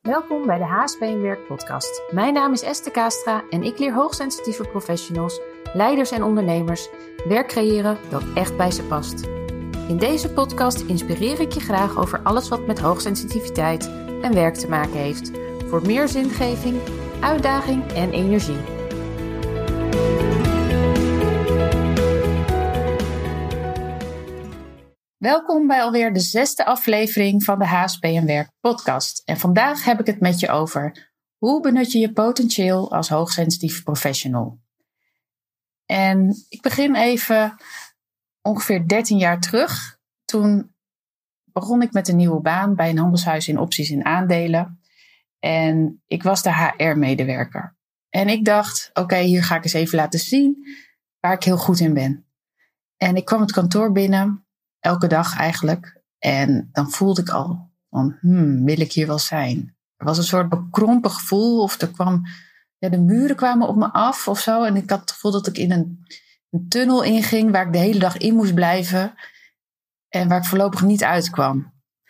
Welkom bij de HSP en Werk podcast. Mijn naam is Esther Kastra en ik leer hoogsensitieve professionals, leiders en ondernemers werk creëren dat echt bij ze past. In deze podcast inspireer ik je graag over alles wat met hoogsensitiviteit en werk te maken heeft. Voor meer zingeving, uitdaging en energie. Welkom bij alweer de 6e aflevering van de HSP en Werk podcast. En vandaag heb ik het met je over hoe benut je je potentieel als hoogsensitief professional. En ik begin even ongeveer 13 jaar terug. Toen begon ik met een nieuwe baan bij een handelshuis in opties en aandelen. En ik was de HR-medewerker. En ik dacht, oké, hier ga ik eens even laten zien waar ik heel goed in ben. En ik kwam het kantoor binnen. Elke dag eigenlijk. En dan voelde ik al van, wil ik hier wel zijn? Er was een soort bekrompen gevoel. Of de muren kwamen op me af of zo. En ik had het gevoel dat ik in een tunnel inging waar ik de hele dag in moest blijven. En waar ik voorlopig niet uitkwam.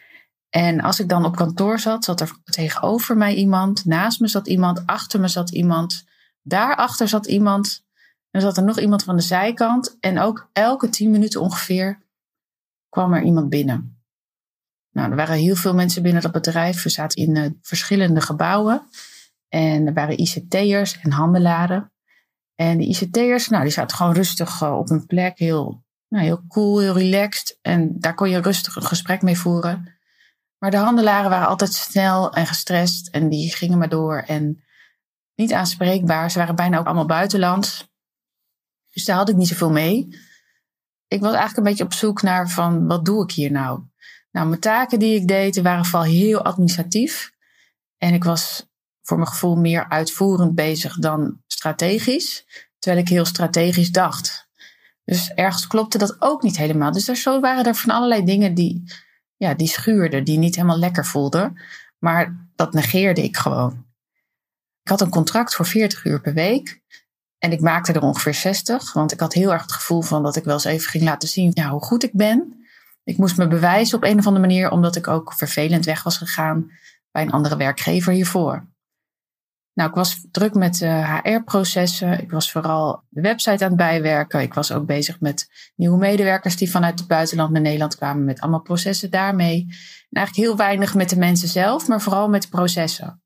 En als ik dan op kantoor zat er tegenover mij iemand. Naast me zat iemand. Achter me zat iemand. Daarachter zat iemand. En er zat er nog iemand van de zijkant. En ook elke 10 minuten ongeveer kwam er iemand binnen. Nou, er waren heel veel mensen binnen dat bedrijf. We zaten in verschillende gebouwen. En er waren ICT'ers en handelaren. En die ICT'ers, die zaten gewoon rustig op hun plek. Heel cool, heel relaxed. En daar kon je rustig een gesprek mee voeren. Maar de handelaren waren altijd snel en gestrest. En die gingen maar door. En niet aanspreekbaar. Ze waren bijna ook allemaal buitenlands. Dus daar had ik niet zoveel mee. Ik was eigenlijk een beetje op zoek naar van, wat doe ik hier nou? Nou, mijn taken die ik deed, waren vooral heel administratief. En ik was voor mijn gevoel meer uitvoerend bezig dan strategisch. Terwijl ik heel strategisch dacht. Dus ergens klopte dat ook niet helemaal. Dus zo waren er van allerlei dingen die schuurden, die niet helemaal lekker voelden. Maar dat negeerde ik gewoon. Ik had een contract voor 40 uur per week. En ik maakte er ongeveer 60, want ik had heel erg het gevoel van dat ik wel eens even ging laten zien hoe goed ik ben. Ik moest me bewijzen op een of andere manier, omdat ik ook vervelend weg was gegaan bij een andere werkgever hiervoor. Nou, ik was druk met HR-processen. Ik was vooral de website aan het bijwerken. Ik was ook bezig met nieuwe medewerkers die vanuit het buitenland naar Nederland kwamen met allemaal processen daarmee. En eigenlijk heel weinig met de mensen zelf, maar vooral met de processen.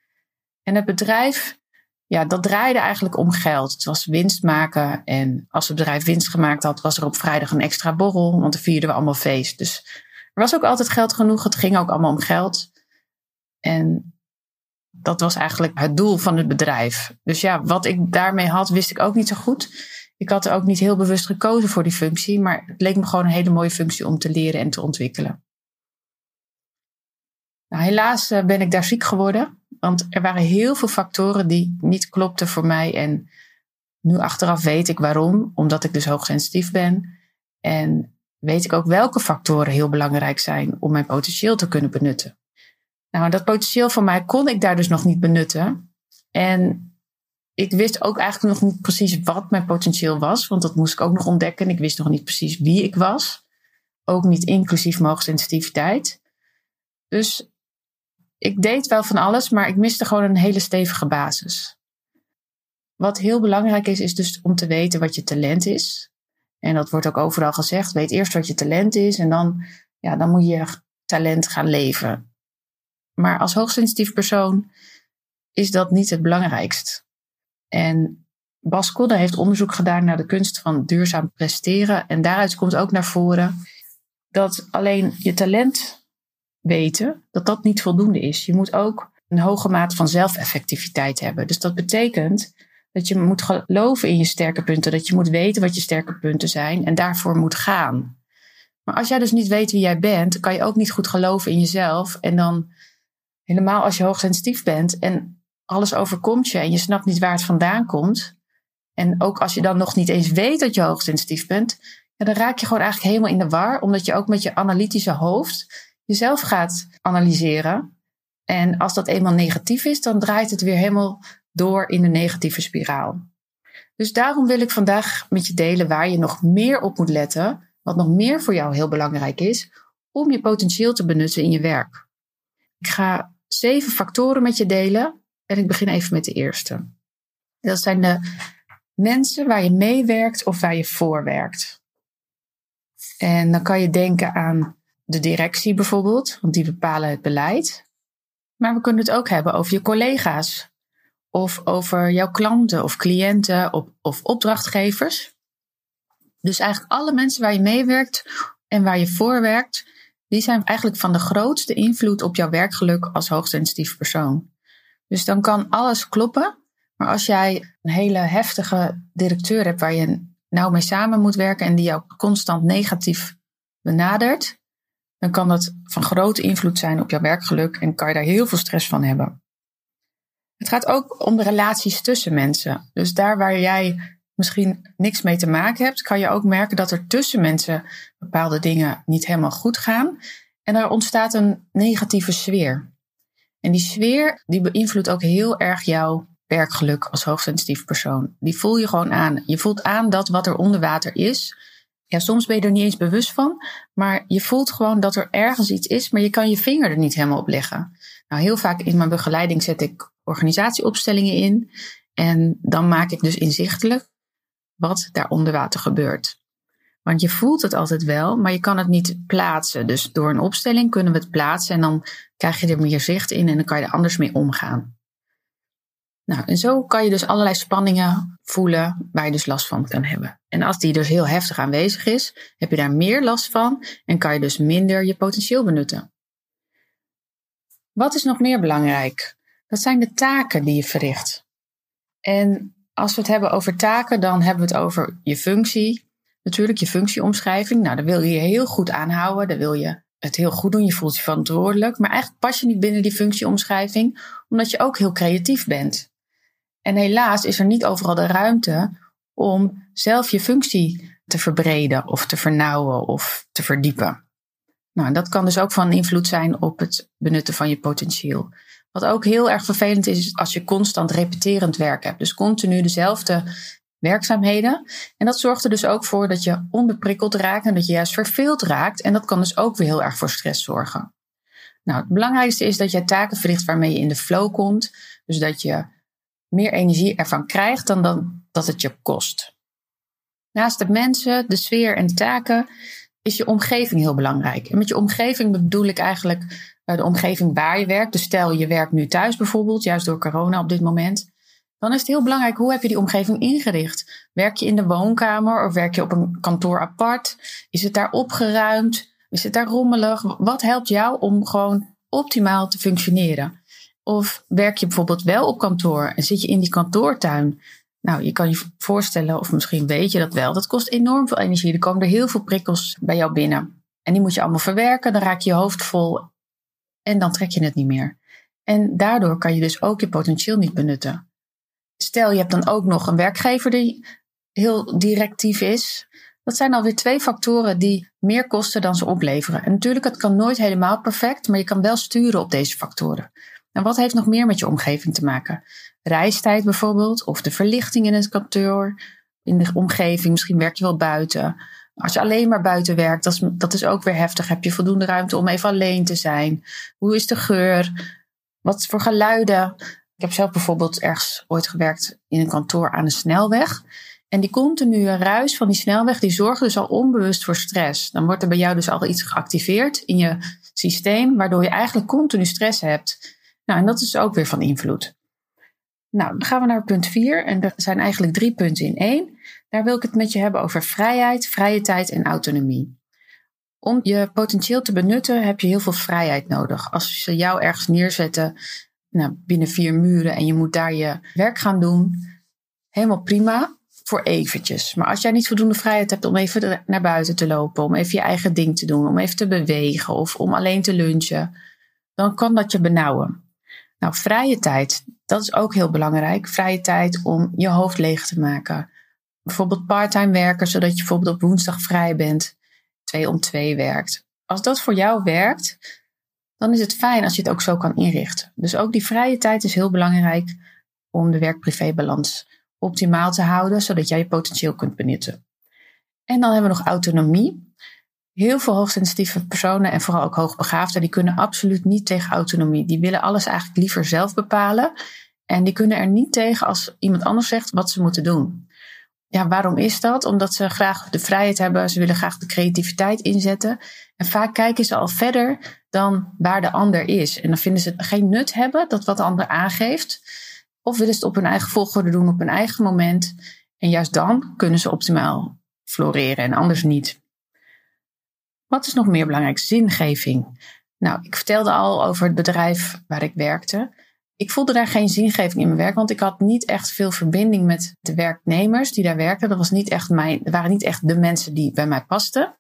En het bedrijf, dat draaide eigenlijk om geld. Het was winst maken. En als het bedrijf winst gemaakt had, was er op vrijdag een extra borrel. Want dan vierden we allemaal feest. Dus er was ook altijd geld genoeg. Het ging ook allemaal om geld. En dat was eigenlijk het doel van het bedrijf. Dus wat ik daarmee had, wist ik ook niet zo goed. Ik had er ook niet heel bewust gekozen voor die functie. Maar het leek me gewoon een hele mooie functie om te leren en te ontwikkelen. Nou, helaas ben ik daar ziek geworden. Want er waren heel veel factoren die niet klopten voor mij. En nu achteraf weet ik waarom. Omdat ik dus hoogsensitief ben. En weet ik ook welke factoren heel belangrijk zijn om mijn potentieel te kunnen benutten. Nou, dat potentieel van mij kon ik daar dus nog niet benutten. En ik wist ook eigenlijk nog niet precies wat mijn potentieel was. Want dat moest ik ook nog ontdekken. Ik wist nog niet precies wie ik was. Ook niet inclusief mijn hoogsensitiviteit. Dus ik deed wel van alles, maar ik miste gewoon een hele stevige basis. Wat heel belangrijk is dus om te weten wat je talent is. En dat wordt ook overal gezegd. Weet eerst wat je talent is en dan moet je talent gaan leven. Maar als hoogsensitief persoon is dat niet het belangrijkst. En Bas Kodde heeft onderzoek gedaan naar de kunst van duurzaam presteren. En daaruit komt ook naar voren dat alleen je talent weten, dat niet voldoende is. Je moet ook een hoge mate van zelfeffectiviteit hebben. Dus dat betekent dat je moet geloven in je sterke punten. Dat je moet weten wat je sterke punten zijn en daarvoor moet gaan. Maar als jij dus niet weet wie jij bent, kan je ook niet goed geloven in jezelf. En dan helemaal als je hoogsensitief bent en alles overkomt je en je snapt niet waar het vandaan komt. En ook als je dan nog niet eens weet dat je hoogsensitief bent, dan raak je gewoon eigenlijk helemaal in de war. Omdat je ook met je analytische hoofd jezelf gaat analyseren. En als dat eenmaal negatief is, dan draait het weer helemaal door in de negatieve spiraal. Dus daarom wil ik vandaag met je delen waar je nog meer op moet letten. Wat nog meer voor jou heel belangrijk is, om je potentieel te benutten in je werk. Ik ga 7 factoren met je delen. En ik begin even met de eerste. Dat zijn de mensen waar je meewerkt of waar je voor werkt. En dan kan je denken aan de directie bijvoorbeeld, want die bepalen het beleid. Maar we kunnen het ook hebben over je collega's. Of over jouw klanten of cliënten of opdrachtgevers. Dus eigenlijk alle mensen waar je meewerkt en waar je voor werkt, die zijn eigenlijk van de grootste invloed op jouw werkgeluk als hoogsensitief persoon. Dus dan kan alles kloppen. Maar als jij een hele heftige directeur hebt waar je nauw mee samen moet werken en die jou constant negatief benadert, dan kan dat van grote invloed zijn op jouw werkgeluk en kan je daar heel veel stress van hebben. Het gaat ook om de relaties tussen mensen. Dus daar waar jij misschien niks mee te maken hebt, kan je ook merken dat er tussen mensen bepaalde dingen niet helemaal goed gaan. En er ontstaat een negatieve sfeer. En die sfeer die beïnvloedt ook heel erg jouw werkgeluk als hoogsensitief persoon. Die voel je gewoon aan. Je voelt aan dat wat er onder water is. Ja, soms ben je er niet eens bewust van, maar je voelt gewoon dat er ergens iets is, maar je kan je vinger er niet helemaal op leggen. Nou, heel vaak in mijn begeleiding zet ik organisatieopstellingen in en dan maak ik dus inzichtelijk wat daar onder water gebeurt. Want je voelt het altijd wel, maar je kan het niet plaatsen. Dus door een opstelling kunnen we het plaatsen en dan krijg je er meer zicht in en dan kan je er anders mee omgaan. Nou, en zo kan je dus allerlei spanningen voelen waar je dus last van kan hebben. En als die dus heel heftig aanwezig is, heb je daar meer last van en kan je dus minder je potentieel benutten. Wat is nog meer belangrijk? Dat zijn de taken die je verricht. En als we het hebben over taken, dan hebben we het over je functie. Natuurlijk je functieomschrijving. Nou, daar wil je je heel goed aanhouden. Daar wil je het heel goed doen. Je voelt je verantwoordelijk. Maar eigenlijk pas je niet binnen die functieomschrijving, omdat je ook heel creatief bent. En helaas is er niet overal de ruimte om zelf je functie te verbreden of te vernauwen of te verdiepen. Nou, dat kan dus ook van invloed zijn op het benutten van je potentieel. Wat ook heel erg vervelend is als je constant repeterend werk hebt. Dus continu dezelfde werkzaamheden. En dat zorgt er dus ook voor dat je onbeprikkeld raakt en dat je juist verveeld raakt. En dat kan dus ook weer heel erg voor stress zorgen. Nou, het belangrijkste is dat je taken verricht waarmee je in de flow komt. Dus dat je meer energie ervan krijgt dan dat het je kost. Naast de mensen, de sfeer en de taken is je omgeving heel belangrijk. En met je omgeving bedoel ik eigenlijk de omgeving waar je werkt. Dus stel je werkt nu thuis bijvoorbeeld, juist door corona op dit moment. Dan is het heel belangrijk, hoe heb je die omgeving ingericht? Werk je in de woonkamer of werk je op een kantoor apart? Is het daar opgeruimd? Is het daar rommelig? Wat helpt jou om gewoon optimaal te functioneren? Of werk je bijvoorbeeld wel op kantoor en zit je in die kantoortuin? Nou, je kan je voorstellen, of misschien weet je dat wel, dat kost enorm veel energie. Er komen er heel veel prikkels bij jou binnen. En die moet je allemaal verwerken, dan raak je je hoofd vol en dan trek je het niet meer. En daardoor kan je dus ook je potentieel niet benutten. Stel, je hebt dan ook nog een werkgever die heel directief is. Dat zijn alweer 2 factoren die meer kosten dan ze opleveren. En natuurlijk, het kan nooit helemaal perfect, maar je kan wel sturen op deze factoren. En wat heeft nog meer met je omgeving te maken? Reistijd bijvoorbeeld, of de verlichting in het kantoor, in de omgeving, misschien werk je wel buiten. Als je alleen maar buiten werkt, dat is ook weer heftig. Heb je voldoende ruimte om even alleen te zijn? Hoe is de geur? Wat voor geluiden? Ik heb zelf bijvoorbeeld ergens ooit gewerkt in een kantoor aan een snelweg. En die continue ruis van die snelweg, die zorgt dus al onbewust voor stress. Dan wordt er bij jou dus al iets geactiveerd in je systeem, waardoor je eigenlijk continu stress hebt. Nou, en dat is ook weer van invloed. Nou, dan gaan we naar punt 4. En er zijn eigenlijk 3 punten in 1. Daar wil ik het met je hebben over vrijheid, vrije tijd en autonomie. Om je potentieel te benutten heb je heel veel vrijheid nodig. Als ze jou ergens neerzetten binnen 4 muren en je moet daar je werk gaan doen, helemaal prima voor eventjes. Maar als jij niet voldoende vrijheid hebt om even naar buiten te lopen, om even je eigen ding te doen, om even te bewegen of om alleen te lunchen, dan kan dat je benauwen. Nou, vrije tijd, dat is ook heel belangrijk. Vrije tijd om je hoofd leeg te maken. Bijvoorbeeld parttime werken, zodat je bijvoorbeeld op woensdag vrij bent, 2 om 2 werkt. Als dat voor jou werkt, dan is het fijn als je het ook zo kan inrichten. Dus ook die vrije tijd is heel belangrijk om de werk-privé-balans optimaal te houden, zodat jij je potentieel kunt benutten. En dan hebben we nog autonomie. Heel veel hoogsensitieve personen en vooral ook hoogbegaafden, die kunnen absoluut niet tegen autonomie. Die willen alles eigenlijk liever zelf bepalen. En die kunnen er niet tegen als iemand anders zegt wat ze moeten doen. Ja, waarom is dat? Omdat ze graag de vrijheid hebben. Ze willen graag de creativiteit inzetten. En vaak kijken ze al verder dan waar de ander is. En dan vinden ze het geen nut hebben dat wat de ander aangeeft. Of willen ze het op hun eigen volgorde doen, op hun eigen moment. En juist dan kunnen ze optimaal floreren en anders niet. Wat is nog meer belangrijk? Zingeving. Nou, ik vertelde al over het bedrijf waar ik werkte. Ik voelde daar geen zingeving in mijn werk, want ik had niet echt veel verbinding met de werknemers die daar werkten. Dat waren niet echt de mensen die bij mij pasten.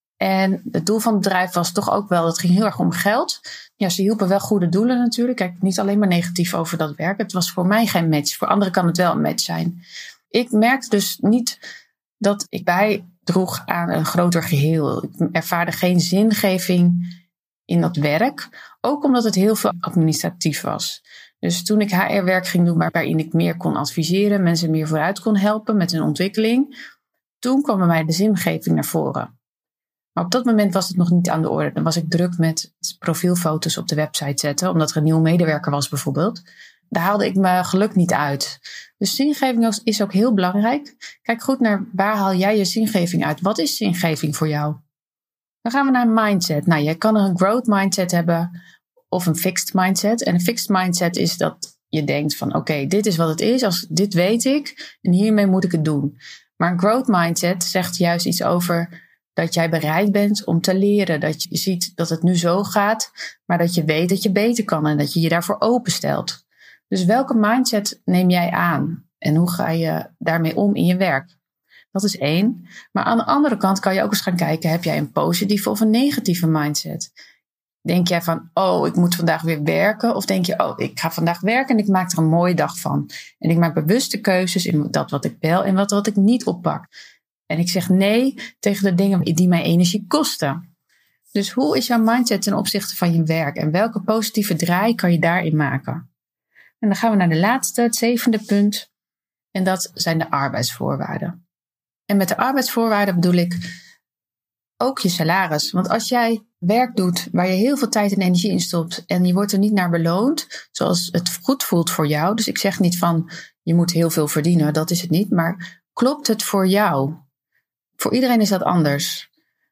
En het doel van het bedrijf was toch ook wel, het ging heel erg om geld. Ja, ze hielpen wel goede doelen natuurlijk. Kijk, niet alleen maar negatief over dat werk. Het was voor mij geen match. Voor anderen kan het wel een match zijn. Ik merkte dus niet dat ik bijdroeg aan een groter geheel. Ik ervaarde geen zingeving in dat werk. Ook omdat het heel veel administratief was. Dus toen ik HR-werk ging doen waarin ik meer kon adviseren, mensen meer vooruit kon helpen met hun ontwikkeling, toen kwam bij mij de zingeving naar voren. Maar op dat moment was het nog niet aan de orde. Dan was ik druk met profielfoto's op de website zetten, omdat er een nieuwe medewerker was bijvoorbeeld. Daar haalde ik mijn geluk niet uit. Dus zingeving is ook heel belangrijk. Kijk goed naar waar haal jij je zingeving uit. Wat is zingeving voor jou? Dan gaan we naar mindset. Nou, je kan een growth mindset hebben of een fixed mindset. En een fixed mindset is dat je denkt van oké, dit is wat het is. Dit weet ik en hiermee moet ik het doen. Maar een growth mindset zegt juist iets over dat jij bereid bent om te leren. Dat je ziet dat het nu zo gaat, maar dat je weet dat je beter kan en dat je je daarvoor openstelt. Dus welke mindset neem jij aan? En hoe ga je daarmee om in je werk? Dat is 1. Maar aan de andere kant kan je ook eens gaan kijken, heb jij een positieve of een negatieve mindset? Denk jij van, ik moet vandaag weer werken? Of denk je, ik ga vandaag werken en ik maak er een mooie dag van. En ik maak bewuste keuzes in dat wat ik wel en wat ik niet oppak. En ik zeg nee tegen de dingen die mij energie kosten. Dus hoe is jouw mindset ten opzichte van je werk? En welke positieve draai kan je daarin maken? En dan gaan we naar de laatste, het 7e punt. En dat zijn de arbeidsvoorwaarden. En met de arbeidsvoorwaarden bedoel ik ook je salaris. Want als jij werk doet waar je heel veel tijd en energie in stopt en je wordt er niet naar beloond, zoals het goed voelt voor jou. Dus ik zeg niet van je moet heel veel verdienen, dat is het niet. Maar klopt het voor jou? Voor iedereen is dat anders.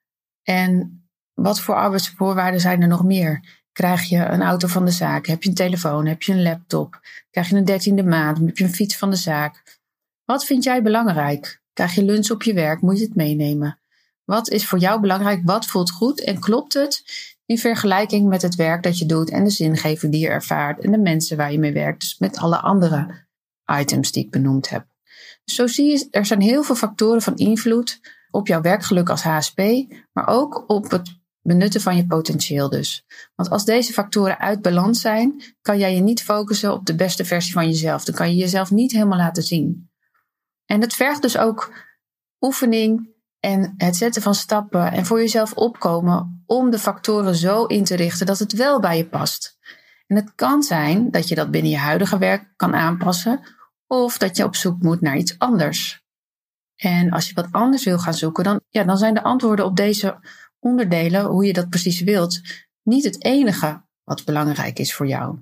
En wat voor arbeidsvoorwaarden zijn er nog meer? Krijg je een auto van de zaak? Heb je een telefoon? Heb je een laptop? Krijg je een 13e maand? Heb je een fiets van de zaak? Wat vind jij belangrijk? Krijg je lunch op je werk? Moet je het meenemen? Wat is voor jou belangrijk? Wat voelt goed? En klopt het in vergelijking met het werk dat je doet en de zingeving die je ervaart en de mensen waar je mee werkt? Dus met alle andere items die ik benoemd heb. Dus zo zie je, er zijn heel veel factoren van invloed op jouw werkgeluk als HSP, maar ook op het benutten van je potentieel dus. Want als deze factoren uit balans zijn, kan jij je niet focussen op de beste versie van jezelf. Dan kan je jezelf niet helemaal laten zien. En het vergt dus ook oefening en het zetten van stappen en voor jezelf opkomen om de factoren zo in te richten dat het wel bij je past. En het kan zijn dat je dat binnen je huidige werk kan aanpassen of dat je op zoek moet naar iets anders. En als je wat anders wil gaan zoeken, dan zijn de antwoorden op deze onderdelen, hoe je dat precies wilt, niet het enige wat belangrijk is voor jou.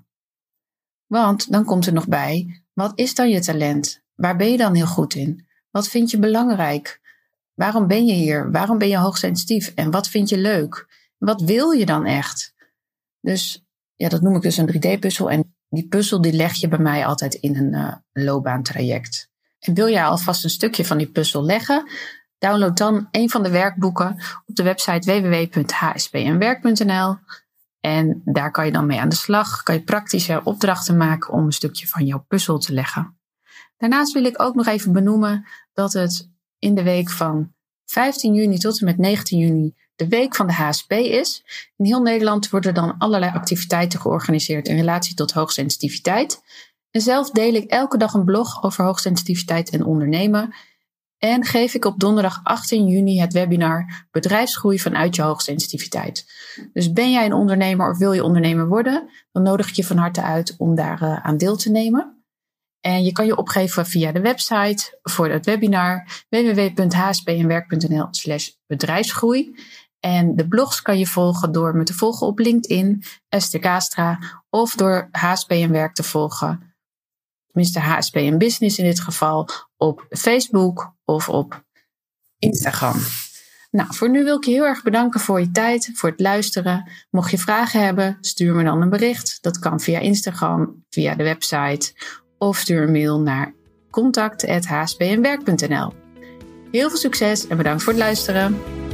Want dan komt er nog bij, wat is dan je talent? Waar ben je dan heel goed in? Wat vind je belangrijk? Waarom ben je hier? Waarom ben je hoogsensitief? En wat vind je leuk? Wat wil je dan echt? Dus ja, dat noem ik dus een 3D-puzzel. En die puzzel die leg je bij mij altijd in een loopbaantraject. En wil jij alvast een stukje van die puzzel leggen? Download dan een van de werkboeken op de website www.hspnwerk.nl. En daar kan je dan mee aan de slag. Kan je praktische opdrachten maken om een stukje van jouw puzzel te leggen. Daarnaast wil ik ook nog even benoemen dat het in de week van 15 juni tot en met 19 juni de week van de HSP is. In heel Nederland worden dan allerlei activiteiten georganiseerd in relatie tot hoogsensitiviteit. En zelf deel ik elke dag een blog over hoogsensitiviteit en ondernemen. En geef ik op donderdag 18 juni het webinar Bedrijfsgroei vanuit je hoogsensitiviteit. Dus ben jij een ondernemer of wil je ondernemer worden, dan nodig ik je van harte uit om daar aan deel te nemen. En je kan je opgeven via de website voor het webinar www.hspnwerk.nl/bedrijfsgroei. En de blogs kan je volgen door me te volgen op LinkedIn, Esther Kastra, of door HSP en Werk te volgen. Tenminste HSP en Business in dit geval, op Facebook of op Instagram. Nou, voor nu wil ik je heel erg bedanken voor je tijd, voor het luisteren. Mocht je vragen hebben, stuur me dan een bericht. Dat kan via Instagram, via de website of stuur een mail naar contact@hspnwerk.nl. Heel veel succes en bedankt voor het luisteren.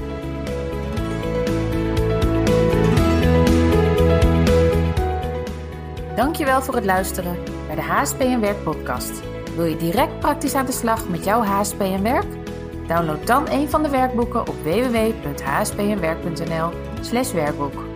Dankjewel voor het luisteren bij de HSP en Werk podcast. Wil je direct praktisch aan de slag met jouw HSP en Werk? Download dan een van de werkboeken op www.hspnwerk.nl/werkboek.